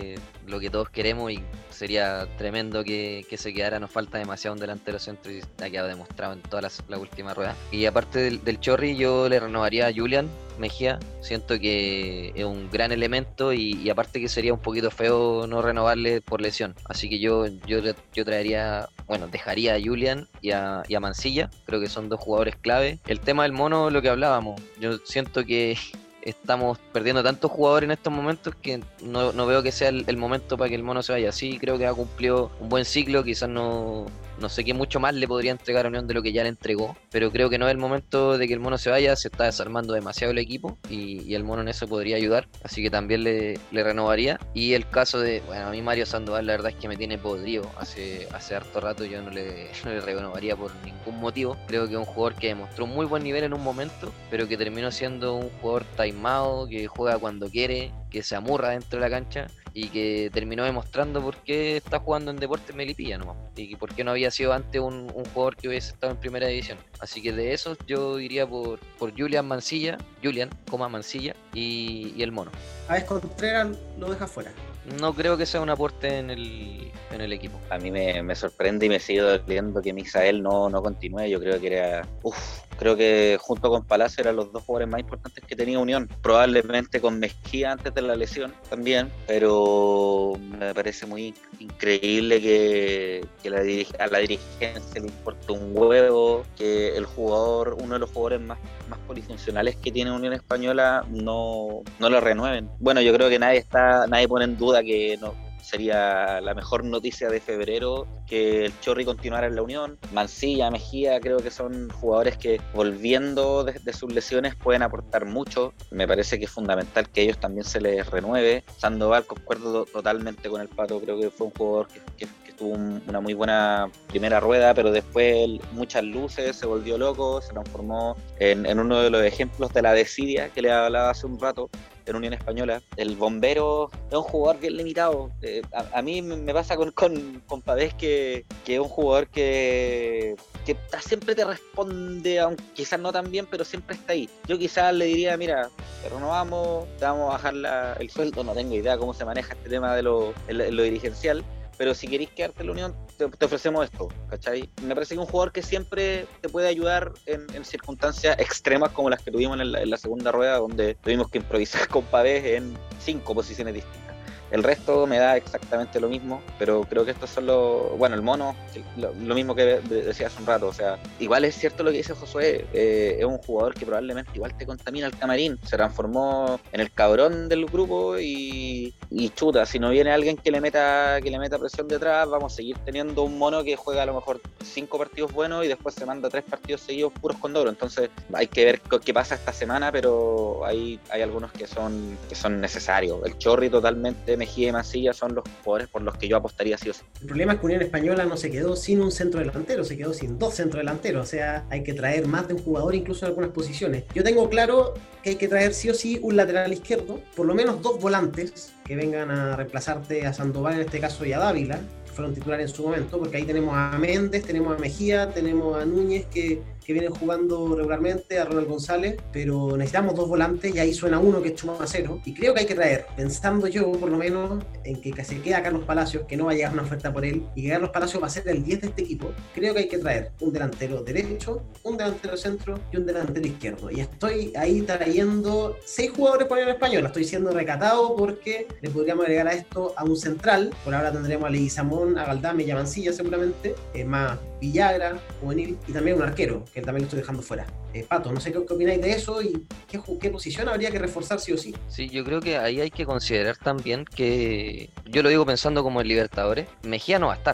[SPEAKER 3] lo que todos queremos, y sería tremendo que se quedara, nos falta demasiado un delantero centro y ha quedado demostrado en todas las últimas ruedas. Y aparte del Chorri, yo le renovaría a Julián Mejía, siento que es un gran elemento y aparte que sería un poquito feo no renovarle por lesión, así que yo traería, bueno, dejaría a Julián y a Mancilla, creo que son dos jugadores clave. El tema del Mono, lo que hablábamos, yo siento que estamos perdiendo tantos jugadores en estos momentos que no veo que sea el momento para que el Mono se vaya. Sí, creo que ha cumplido un buen ciclo, quizás no sé qué mucho más le podría entregar a Unión de lo que ya le entregó, pero creo que no es el momento de que el Mono se vaya, se está desarmando demasiado el equipo y el Mono en eso podría ayudar, así que también le renovaría. Y el caso de, bueno, a mí Mario Sandoval la verdad es que me tiene podrido hace harto rato, yo no le renovaría por ningún motivo. Creo que es un jugador que demostró muy buen nivel en un momento, pero que terminó siendo un jugador taimado, que juega cuando quiere, que se amurra dentro de la cancha y que terminó demostrando por qué está jugando en Deportes Melipilla nomás, y por qué no había sido antes un jugador que hubiese estado en primera división. Así que de esos yo iría por Julián Mancilla y el Mono.
[SPEAKER 2] A veces Contreras lo deja fuera.
[SPEAKER 3] No creo que sea un aporte en el equipo.
[SPEAKER 4] A mí me sorprende y me sigue doliendo que Misael no continúe. Yo creo que era... creo que junto con Palacio eran los dos jugadores más importantes que tenía Unión. Probablemente con Mejía antes de la lesión también, pero me parece muy increíble que a la dirigencia le importe un huevo, que el jugador, uno de los jugadores más polifuncionales que tiene Unión Española, no lo renueven. Bueno, yo creo que nadie pone en duda que no sería la mejor noticia de febrero que el Chorri continuara en la Unión. Mancilla, Mejía, creo que son jugadores que volviendo de sus lesiones pueden aportar mucho. Me parece que es fundamental que a ellos también se les renueve. Sandoval, concuerdo totalmente con el Pato, creo que fue un jugador que tuvo una muy buena primera rueda, pero después muchas luces, se volvió loco, se transformó en uno de los ejemplos de la desidia que le hablaba hace un rato en Unión Española. El Bombero es un jugador bien limitado. A mí me pasa con Pavés que es un jugador que siempre te responde, aunque quizás no tan bien, pero siempre está ahí. Yo quizás le diría, mira, te renovamos, te vamos a bajar el sueldo, no tengo idea cómo se maneja este tema de lo dirigencial, pero si queréis quedarte en la Unión, te ofrecemos esto, ¿cachai? Me parece que es un jugador que siempre te puede ayudar en circunstancias extremas como las que tuvimos en la segunda rueda, donde tuvimos que improvisar con Pavés en 5 posiciones distintas. El resto me da exactamente lo mismo, pero creo que estos son el Mono, lo mismo que decía hace un rato, o sea, igual es cierto lo que dice Josué, es un jugador que probablemente igual te contamina el camarín, se transformó en el cabrón del grupo y chuta, si no viene alguien que le meta presión detrás, vamos a seguir teniendo un Mono que juega a lo mejor 5 partidos buenos y después se manda 3 partidos seguidos puros con Condoro, entonces hay que ver qué pasa esta semana, pero hay algunos que son necesarios. El Chorri totalmente, Mejía y Mancilla son los jugadores por los que yo apostaría sí o sí.
[SPEAKER 2] El problema es que Unión Española no se quedó sin un centro delantero, se quedó sin 2 centrodelanteros, o sea, hay que traer más de un jugador incluso en algunas posiciones. Yo tengo claro que hay que traer sí o sí un lateral izquierdo, por lo menos 2 volantes que vengan a reemplazarte a Sandoval en este caso y a Dávila, que fueron titulares en su momento, porque ahí tenemos a Méndez, tenemos a Mejía, tenemos a Núñez que vienen jugando regularmente, a Ronald González, pero necesitamos 2 volantes y ahí suena uno que es Chumacero, y creo que hay que traer, pensando yo por lo menos en que se queda Carlos Palacios, que no va a llegar una oferta por él, y que Carlos Palacios va a ser el 10 de este equipo, creo que hay que traer un delantero derecho, un delantero centro y un delantero izquierdo, y estoy ahí trayendo 6 jugadores por Unión Española, estoy siendo recatado porque le podríamos agregar a esto a un central, por ahora tendremos a Leguizamón, a Galdame y a Mancilla seguramente, más Villagra, juvenil, y también un arquero, que también lo estoy dejando fuera. Pato, no sé qué opináis de eso y qué posición habría que reforzar sí o sí.
[SPEAKER 3] Sí, yo creo que ahí hay que considerar también que, yo lo digo pensando como en Libertadores, Mejía no va a estar.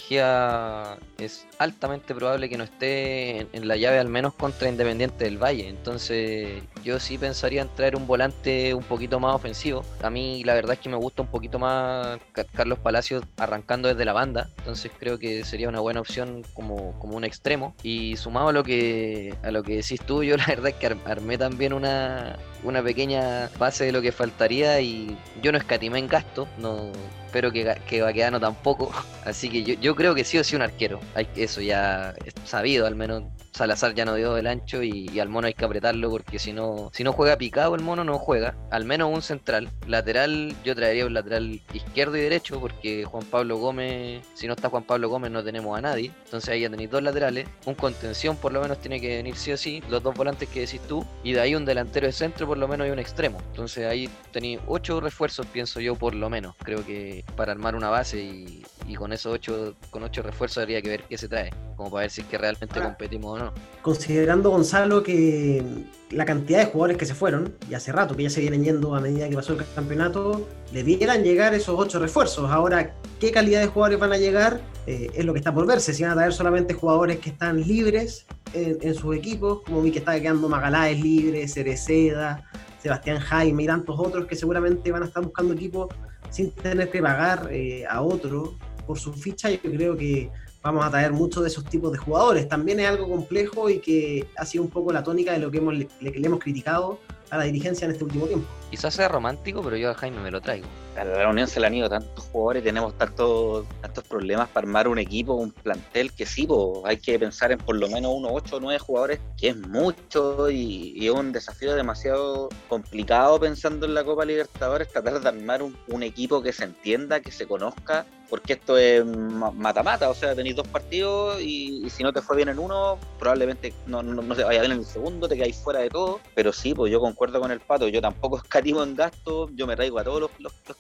[SPEAKER 3] Mejía es altamente probable que no esté en la llave al menos contra Independiente del Valle, entonces yo sí pensaría en traer un volante un poquito más ofensivo. A mí la verdad es que me gusta un poquito más Carlos Palacios arrancando desde la banda, entonces creo que sería una buena opción como un extremo, y sumado a lo que decís tú, yo la verdad es que armé también una pequeña base de lo que faltaría y yo no escatimé en gasto, no espero que Baquedano tampoco, así que yo creo que sí o sí un arquero, eso ya es sabido, al menos Salazar ya no dio el ancho y al Mono hay que apretarlo porque si no juega picado el Mono no juega, al menos un central, lateral yo traería un lateral izquierdo y derecho porque Juan Pablo Gómez, si no está Juan Pablo Gómez no tenemos a nadie, entonces ahí ya tenéis 2 laterales, un contención por lo menos tiene que venir sí o sí, los 2 volantes que decís tú, y de ahí un delantero de centro por lo menos y un extremo, entonces ahí tenéis 8 refuerzos pienso yo por lo menos, creo que para armar una base y con esos 8 refuerzos habría que ver qué se trae, como para ver si es que realmente competimos o no.
[SPEAKER 2] Considerando, Gonzalo, que la cantidad de jugadores que se fueron, y hace rato que ya se vienen yendo a medida que pasó el campeonato, debieran llegar esos 8 refuerzos. Ahora, ¿qué calidad de jugadores van a llegar? Es lo que está por verse. Si van a traer solamente jugadores que están libres en sus equipos, como vi que está quedando Magaláes libre, Cereceda, Sebastián Jaime y tantos otros que seguramente van a estar buscando equipos sin tener que pagar a otro por su ficha, yo creo que vamos a traer muchos de esos tipos de jugadores. También es algo complejo y que ha sido un poco la tónica de lo que le hemos criticado a la dirigencia en este último tiempo.
[SPEAKER 3] Quizás sea romántico, pero yo a Jaime me lo traigo.
[SPEAKER 4] A la Unión se le han ido tantos jugadores, tenemos tantos problemas para armar un equipo, un plantel que sí, hay que pensar en por lo menos unos 8 o 9 jugadores, que es mucho y es un desafío demasiado complicado pensando en la Copa Libertadores, tratar de armar un equipo que se entienda, que se conozca, porque esto es mata-mata, o sea, tenéis 2 partidos y si no te fue bien en uno, probablemente no se vaya bien en el segundo, te quedáis fuera de todo, pero sí, pues yo concuerdo con el Pato, yo tampoco escatimo en gastos, yo me traigo a todos los que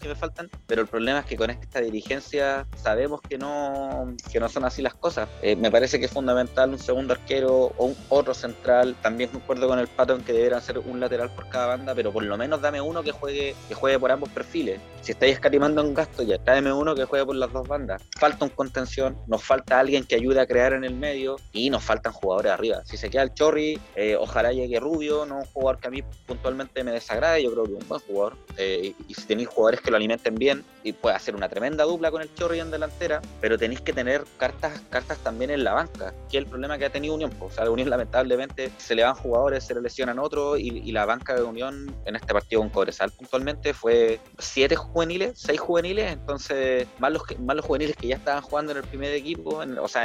[SPEAKER 4] que me faltan, pero el problema es que con esta dirigencia sabemos que no son así las cosas. Me parece que es fundamental un segundo arquero o un otro central. También concuerdo con el Pato en que deberán ser un lateral por cada banda, pero por lo menos dame uno que juegue por ambos perfiles. Si estáis escatimando un gasto, ya tráeme uno que juegue por las dos bandas. Falta un contención, nos falta alguien que ayude a crear en el medio y nos faltan jugadores arriba. Si se queda el Chorri, ojalá llegue Rubio, no un jugador que a mí puntualmente me desagrade, yo creo que es un buen jugador. Y si tenéis jugadores que lo alimenten bien, y puede hacer una tremenda dupla con el Chorri en delantera, pero tenéis que tener cartas también en la banca, que es el problema que ha tenido Unión. O sea, la Unión lamentablemente se le van jugadores, se le lesionan otros, y la banca de Unión en este partido con Cobresal puntualmente fue 6 juveniles, entonces más los juveniles que ya estaban jugando en el primer equipo,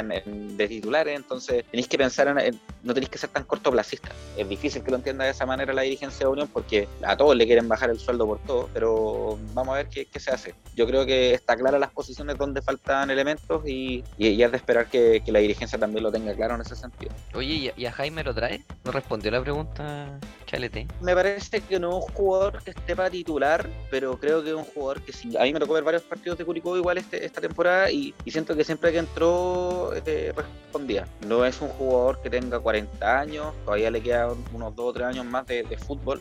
[SPEAKER 4] de titulares. Entonces tenéis que pensar no tenéis que ser tan cortoplacistas. Es difícil que lo entienda de esa manera la dirigencia de Unión, porque a todos le quieren bajar el sueldo por todo, pero vamos a ver qué se hace. Yo creo que está clara las posiciones donde faltan elementos y es de esperar que la dirigencia también lo tenga claro en ese sentido.
[SPEAKER 3] Oye, ¿y a Jaime lo trae? ¿No respondió la pregunta, Chalete?
[SPEAKER 4] Me parece que no es un jugador que esté para titular, pero creo que es un jugador que sí. A mí me tocó ver varios partidos de Curicó igual esta temporada y siento que siempre que entró respondía. No es un jugador que tenga 40 años, todavía le quedan unos 2 o 3 años más de fútbol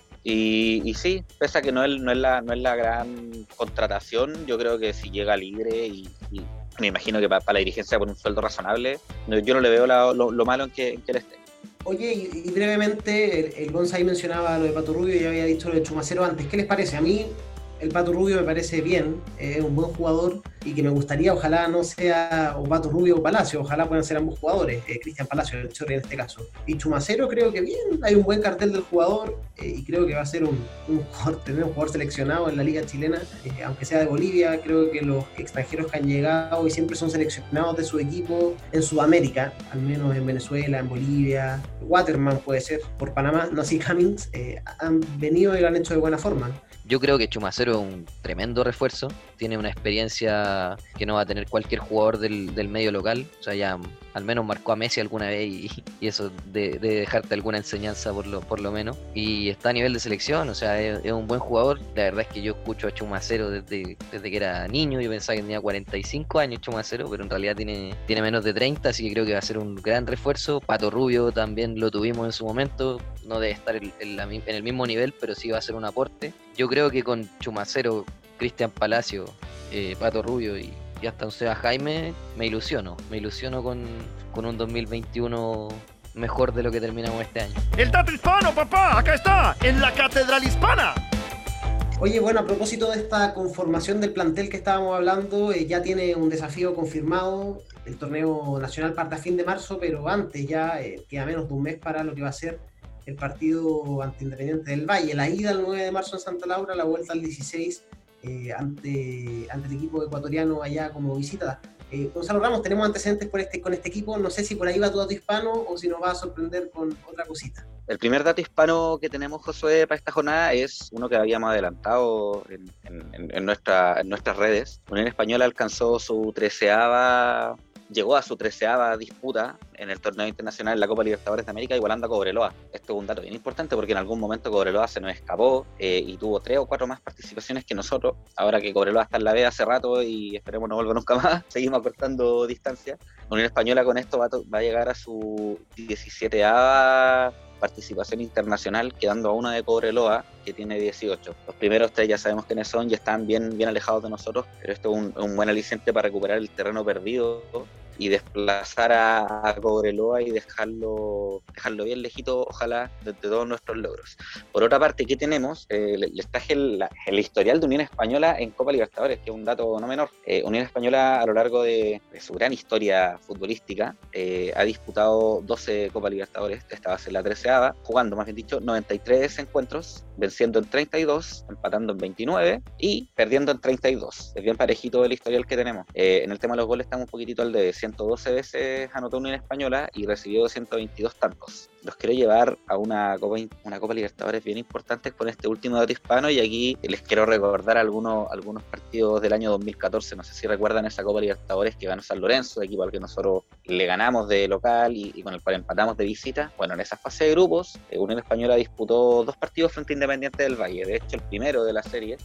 [SPEAKER 4] y sí, pese a que no es la gran contratación, yo creo que si llega libre y me imagino que para la dirigencia por un sueldo razonable, yo no le veo lo malo en que él esté.
[SPEAKER 2] Oye, y brevemente, el Gonza ahí mencionaba lo de Pato Rubio y ya había dicho lo de Chumacero antes. ¿Qué les parece? A mí el Pato Rubio me parece bien, es un buen jugador y que me gustaría, ojalá no sea o Pato Rubio o Palacio, ojalá puedan ser ambos jugadores, Cristian Palacio, el Chorri en este caso. Y Chumacero creo que bien, hay un buen cartel del jugador y creo que va a ser un jugador seleccionado en la liga chilena, aunque sea de Bolivia. Creo que los extranjeros que han llegado y siempre son seleccionados de su equipo en Sudamérica, al menos en Venezuela, en Bolivia, Waterman puede ser, por Panamá, no así Cummings, han venido y lo han hecho de buena forma.
[SPEAKER 3] Yo creo que Chumacero es un tremendo refuerzo, tiene una experiencia que no va a tener cualquier jugador del medio local, o sea, ya al menos marcó a Messi alguna vez y eso de dejarte alguna enseñanza por lo menos, y está a nivel de selección, o sea, es un buen jugador. La verdad es que yo escucho a Chumacero desde que era niño, yo pensaba que tenía 45 años Chumacero, pero en realidad tiene menos de 30, así que creo que va a ser un gran refuerzo. Pato Rubio también lo tuvimos en su momento, no debe estar en el mismo nivel, pero sí va a ser un aporte. Yo creo que con Chumacero, Cristian Palacio, Pato Rubio y hasta un Seba Jaime, me ilusiono con un 2021 mejor de lo que terminamos este año.
[SPEAKER 1] El dato hispano, papá, acá está, en la Catedral Hispana.
[SPEAKER 2] Oye, bueno, a propósito de esta conformación del plantel que estábamos hablando, ya tiene un desafío confirmado. El torneo nacional parte a fin de marzo, pero antes ya queda menos de un mes para lo que va a ser el partido ante Independiente del Valle. La ida el 9 de marzo en Santa Laura, la vuelta al 16 ante el equipo ecuatoriano allá como visita. Gonzalo Ramos, tenemos antecedentes con este equipo, no sé si por ahí va tu dato hispano o si nos va a sorprender con otra cosita.
[SPEAKER 4] El primer dato hispano que tenemos, Josué, para esta jornada es uno que habíamos adelantado en nuestras redes. Unión Española llegó a su 13ª disputa en el torneo internacional en la Copa Libertadores de América, igualando a Cobreloa. Esto es un dato bien importante porque en algún momento Cobreloa se nos escapó y tuvo 3 o 4 más participaciones que nosotros. Ahora que Cobreloa está en la B hace rato y esperemos no vuelva nunca más, seguimos acortando distancia. Unión Española con esto va a llegar a su 17ª participación internacional, quedando a una de Cobreloa, que tiene 18. Los primeros 3 ya sabemos quiénes son y están bien alejados de nosotros, pero esto es un buen aliciente para recuperar el terreno perdido y desplazar a Cobreloa y dejarlo bien lejito, ojalá, de todos nuestros logros. Por otra parte, ¿qué tenemos? Les traje el historial de Unión Española en Copa Libertadores, que es un dato no menor. Unión Española, a lo largo de su gran historia futbolística, ha disputado 12 Copa Libertadores, esta va a ser la 13ª, jugando, más bien dicho, 93 encuentros, venciendo en 32, empatando en 29 y perdiendo en 32. Es bien parejito el historial que tenemos. En el tema de los goles estamos un poquitito al de 112 veces anotó Unión Española y recibió 122 tantos. Los quiero llevar a una Copa Libertadores bien importante con este último dato hispano, y aquí les quiero recordar algunos partidos del año 2014. No sé si recuerdan esa Copa Libertadores que ganó San Lorenzo, equipo al que nosotros le ganamos de local y con el cual empatamos de visita. Bueno, en esa fase de grupos, Unión Española disputó 2 partidos frente a Independiente del Valle. De hecho, el primero de la serie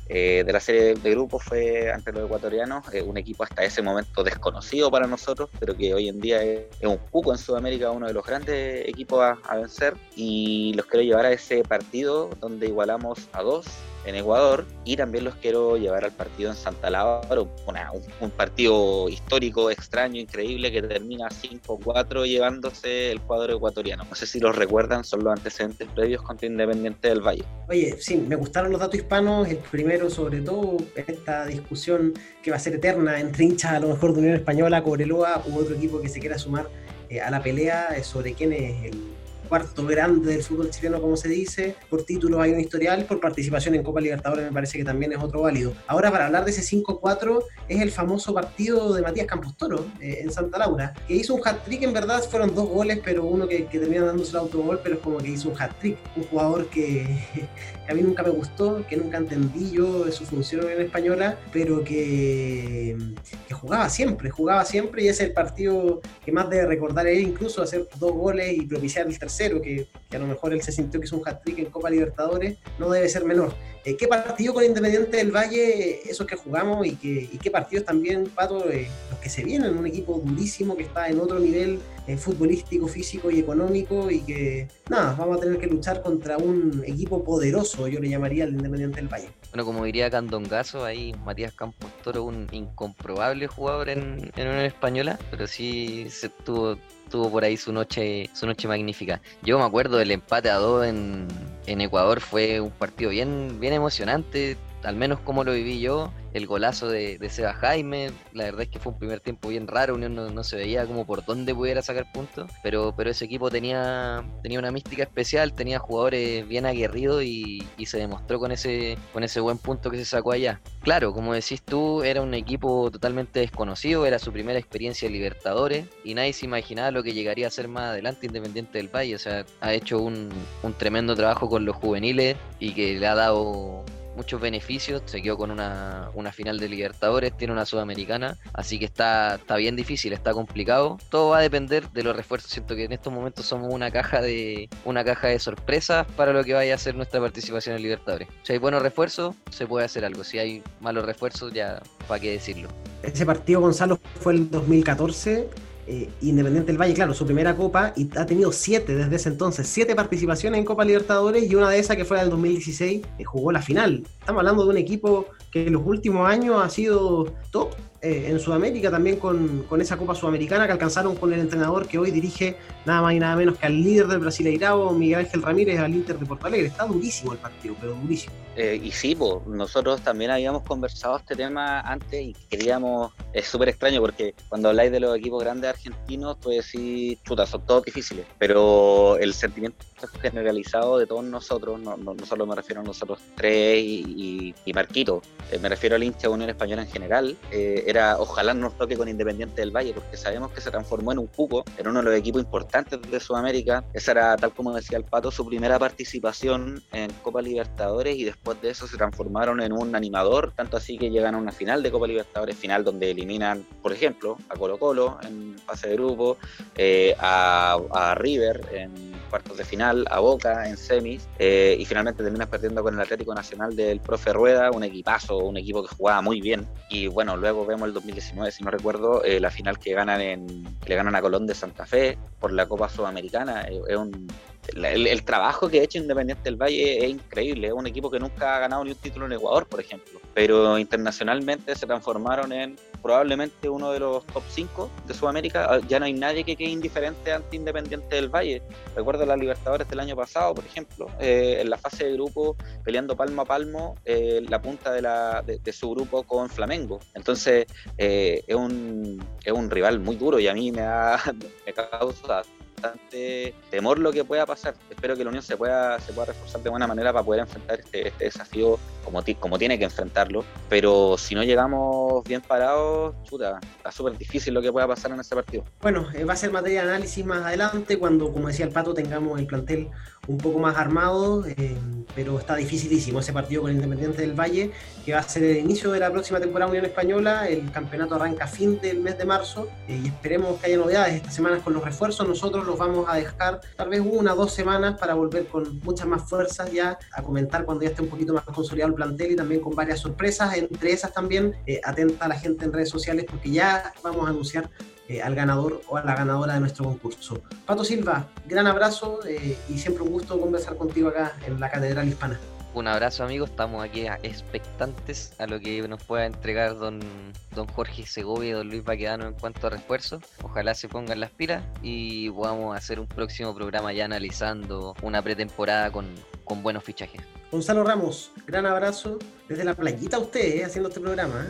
[SPEAKER 4] de grupos fue ante los ecuatorianos, un equipo hasta ese momento desconocido para nosotros, pero que hoy en día es un cuco en Sudamérica, uno de los grandes equipos a vencer, y los quiero llevar a ese partido donde igualamos a 2 en Ecuador, y también los quiero llevar al partido en Santa Laura, un partido histórico, extraño, increíble, que termina 5-4 llevándose el cuadro ecuatoriano. No sé si los recuerdan, son los antecedentes previos contra Independiente del Valle.
[SPEAKER 2] Oye, sí, me gustaron los datos hispanos, el primero sobre todo, esta discusión que va a ser eterna entre hinchas a lo mejor de Unión Española, Cobreloa u otro equipo que se quiera sumar a la pelea sobre quién es el cuarto grande del fútbol chileno, como se dice. Por títulos hay un historial, por participación en Copa Libertadores me parece que también es otro válido. Ahora, para hablar de ese 5-4, es el famoso partido de Matías Campos Toro en Santa Laura, que hizo un hat-trick. En verdad fueron 2 goles, pero uno que termina dándose el autogol, pero es como que hizo un hat-trick. Un jugador que a mí nunca me gustó, que nunca entendí yo su función en Española, pero que jugaba siempre, y es el partido que más debe recordar él, incluso hacer 2 goles y propiciar el tercero, que a lo mejor él se sintió que hizo un hat-trick en Copa Libertadores, no debe ser menor. ¿Qué partido con Independiente del Valle, esos que jugamos, y qué partidos también, Pato, los que se vienen? Un equipo durísimo que está en otro nivel futbolístico, físico y económico, y que, nada, vamos a tener que luchar contra un equipo poderoso, yo le llamaría el Independiente del Valle.
[SPEAKER 3] Bueno, como diría Candongazo, ahí Matías Campos Toro, un incomprobable jugador en Unión Española, pero sí tuvo por ahí su noche magnífica. Yo me acuerdo del empate a 2 en Ecuador, fue un partido bien emocionante, al menos como lo viví yo. El golazo de Seba Jaime, la verdad es que fue un primer tiempo bien raro, Unión no se veía como por dónde pudiera sacar puntos, pero ese equipo tenía una mística especial, tenía jugadores bien aguerridos y se demostró con ese buen punto que se sacó allá. Claro, como decís tú, era un equipo totalmente desconocido, era su primera experiencia en Libertadores y nadie se imaginaba lo que llegaría a ser más adelante Independiente del Valle. O sea, ha hecho un tremendo trabajo con los juveniles y que le ha dado muchos beneficios, se quedó con una final de Libertadores, tiene una Sudamericana, así que está bien difícil, está complicado. Todo va a depender de los refuerzos. Siento que en estos momentos somos una caja de sorpresas para lo que vaya a ser nuestra participación en Libertadores. Si hay buenos refuerzos, se puede hacer algo. Si hay malos refuerzos, ya para qué decirlo.
[SPEAKER 2] Ese partido, Gonzalo, fue el 2014. Independiente del Valle, claro, su primera copa, y ha tenido 7 desde ese entonces, 7 participaciones en Copa Libertadores, y una de esas, que fue la del 2016, jugó la final. Estamos hablando de un equipo que en los últimos años ha sido top en Sudamérica, también con esa Copa Sudamericana que alcanzaron con el entrenador que hoy dirige nada más y nada menos que al líder del Brasileirao, Miguel Ángel Ramírez, al Inter de Porto Alegre. Está durísimo el partido, pero durísimo.
[SPEAKER 4] Y sí, nosotros también habíamos conversado este tema antes y queríamos, es súper extraño porque cuando habláis de los equipos grandes argentinos, tú decís, chuta, son todos difíciles, pero el sentimiento generalizado de todos nosotros, no solo me refiero a nosotros tres y Marquito, me refiero al hincha de Unión Española en general, era ojalá nos toque con Independiente del Valle, porque sabemos que se transformó en un cuco, en uno de los equipos importantes de Sudamérica. Esa era, tal como decía el Pato, su primera participación en Copa Libertadores, y después de eso se transformaron en un animador, tanto así que llegan a una final de Copa Libertadores, final donde eliminan, por ejemplo, a Colo-Colo en fase de grupo, a River en cuartos de final, a Boca en semis, y finalmente terminas perdiendo con el Atlético Nacional del profe Rueda, un equipazo, un equipo que jugaba muy bien. Y bueno, luego vemos el 2019, si no recuerdo, la final que le ganan a Colón de Santa Fe por la Copa Sudamericana. El trabajo que ha hecho Independiente del Valle es increíble. Es un equipo que nunca ha ganado ni un título en Ecuador, por ejemplo, pero internacionalmente se transformaron en probablemente uno de los top 5 de Sudamérica. Ya no hay nadie que quede indiferente ante Independiente del Valle. Recuerdo las Libertadores del año pasado, por ejemplo, en la fase de grupo, peleando palmo a palmo la punta de su grupo con Flamengo. Entonces es un rival muy duro, y a mí me causa bastante temor lo que pueda pasar. Espero que la Unión se pueda reforzar de buena manera para poder enfrentar este desafío como tiene que enfrentarlo, pero si no llegamos bien parados, chuta, está súper difícil lo que pueda pasar en ese partido.
[SPEAKER 2] Bueno, va a ser materia de análisis más adelante, cuando, como decía el Pato, tengamos el plantel un poco más armado, pero está dificilísimo ese partido con Independiente del Valle, que va a ser el inicio de la próxima temporada Unión Española. El campeonato arranca a fin del mes de marzo y esperemos que haya novedades estas semanas con los refuerzos. Nosotros los vamos a dejar tal vez 1 o 2 semanas para volver con muchas más fuerzas ya a comentar cuando ya esté un poquito más consolidado el plantel, y también con varias sorpresas, entre esas también atenta a la gente en redes sociales, porque ya vamos a anunciar al ganador o a la ganadora de nuestro concurso. Pato Silva, gran abrazo y siempre un gusto conversar contigo acá en la Catedral Hispana.
[SPEAKER 3] Un abrazo, amigos, estamos aquí expectantes a lo que nos pueda entregar don Jorge Segovia y don Luis Baquedano en cuanto a refuerzos. Ojalá se pongan las pilas y podamos hacer un próximo programa ya analizando una pretemporada con buenos fichajes.
[SPEAKER 2] Gonzalo Ramos, gran abrazo desde la playita usted, haciendo este programa,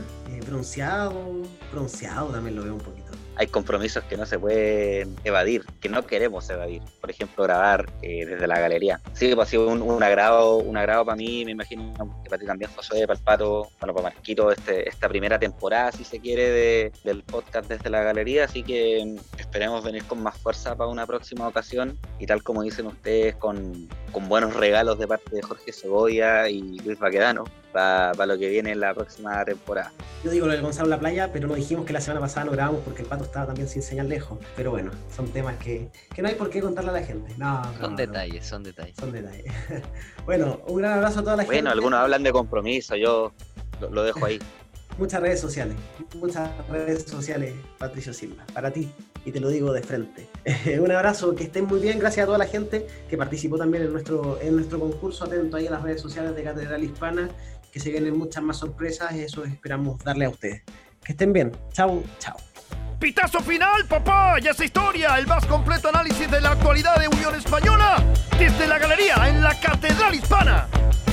[SPEAKER 2] bronceado también lo veo un poquito.
[SPEAKER 4] Hay compromisos que no se pueden evadir, que no queremos evadir. Por ejemplo, grabar desde la galería. Sí, pues ha sido un agrado para mí, me imagino que para ti también, Josué, para el Pato, bueno, para Marquito, esta primera temporada, si se quiere, del podcast desde la galería. Así que esperemos venir con más fuerza para una próxima ocasión. Y tal como dicen ustedes, con buenos regalos de parte de Jorge Segovia y Luis Baquedano para lo que viene en la próxima temporada.
[SPEAKER 2] Yo digo lo del Gonzalo en la playa, pero no dijimos que la semana pasada no grabamos porque el Pato estaba también sin señal lejos. Pero bueno, son temas que no hay por qué contarle a la gente.
[SPEAKER 3] Son detalles.
[SPEAKER 2] Bueno, un gran abrazo a toda la gente.
[SPEAKER 4] Bueno, algunos hablan de compromiso, yo lo dejo ahí.
[SPEAKER 2] Muchas redes sociales, Patricio Silva, para ti, y te lo digo de frente. Un abrazo, que estén muy bien, gracias a toda la gente que participó también en nuestro concurso. Atento ahí a las redes sociales de Catedral Hispana, que se vienen muchas más sorpresas, y eso esperamos darle a ustedes. Que estén bien, chao.
[SPEAKER 1] Pitazo final, papá, ya esa historia, el más completo análisis de la actualidad de Unión Española desde la galería en la Catedral Hispana.